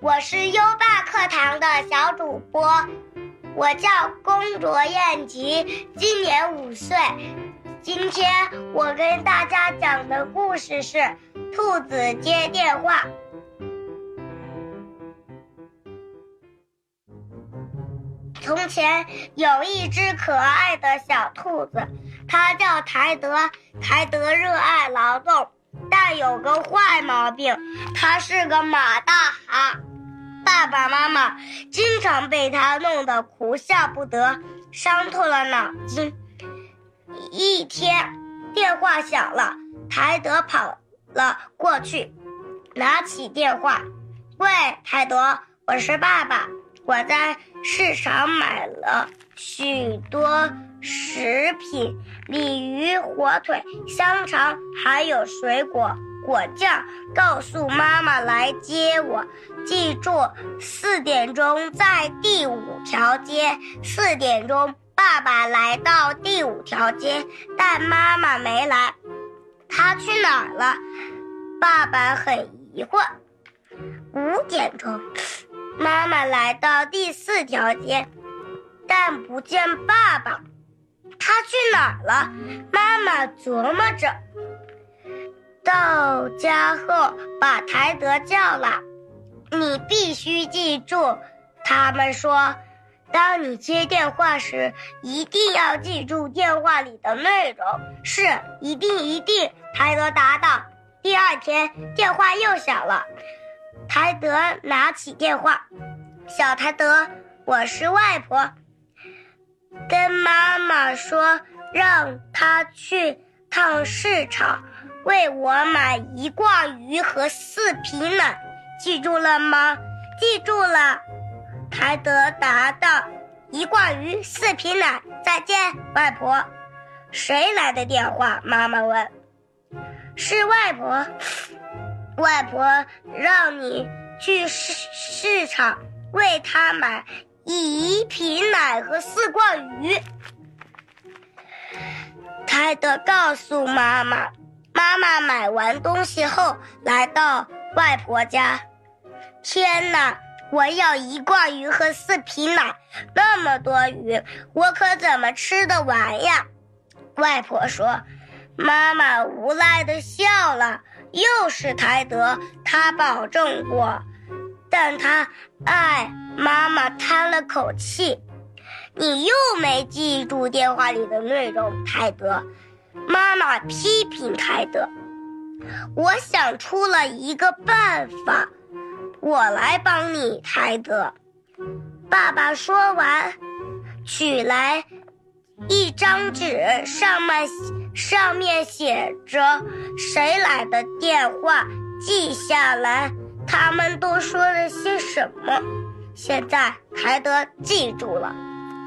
我是优爸课堂的小主播，我叫龚卓燕吉，今年5岁。今天我跟大家讲的故事是兔子接电话。从前有一只可爱的小兔子，它叫台德。台德热爱劳动，但有个坏毛病，它是个马大哈。爸爸妈妈经常被他弄得哭笑不得，伤透了脑筋。一天，电话响了，台德跑了过去，拿起电话：“喂，台德，我是爸爸，我在市场买了许多食品，鲤鱼、火腿、香肠，还有水果。果酱，告诉妈妈来接我，记住4点钟在第5条街。4点钟，爸爸来到第5条街，但妈妈没来，她去哪儿了？爸爸很疑惑。5点钟，妈妈来到第4条街，但不见爸爸，她去哪儿了？妈妈琢磨着。到家后，把台德叫来，你必须记住，他们说，当你接电话时，一定要记住电话里的内容。是，一定一定，台德答道。第2天，电话又响了，台德拿起电话，小台德，我是外婆，跟妈妈说，让她去趟市场，为我买1罐鱼和4瓶奶，记住了吗？记住了，台德答道。1罐鱼，4瓶奶，再见，外婆。谁来的电话？妈妈问。是外婆。外婆让你去市场，为她买1瓶奶和4罐鱼。台德告诉妈妈。妈妈买完东西后来到外婆家。天哪，我要1罐鱼和4瓶奶，那么多鱼，我可怎么吃得完呀？外婆说。妈妈无奈地笑了，又是台德，他保证过，但他妈妈叹了口气。你又没记住电话里的内容，台德。妈妈批评台德。我想出了一个办法，我来帮你，台德。爸爸说完，取来一张纸，上面写着谁来的电话，记下来他们都说了些什么。现在台德记住了。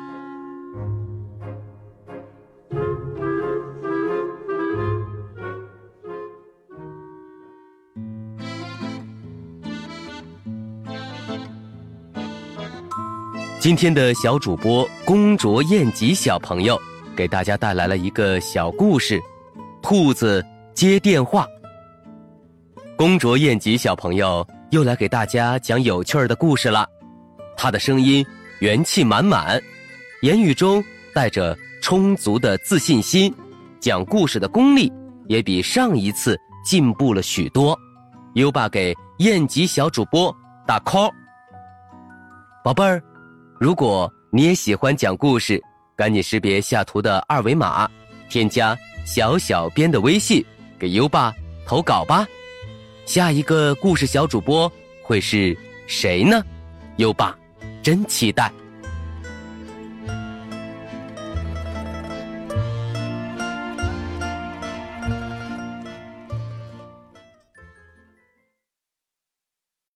今天的小主播龚卓燕吉小朋友给大家带来了一个小故事，兔子接电话。龚卓燕吉小朋友又来给大家讲有趣的故事了，他的声音元气满满，言语中带着充足的自信心，讲故事的功力也比上一次进步了许多。优爸给燕吉小主播打 call。 宝贝儿，如果你也喜欢讲故事，赶紧识别下图的2维码，添加小编的微信，给优爸投稿吧。下一个故事小主播会是谁呢？优爸真期待。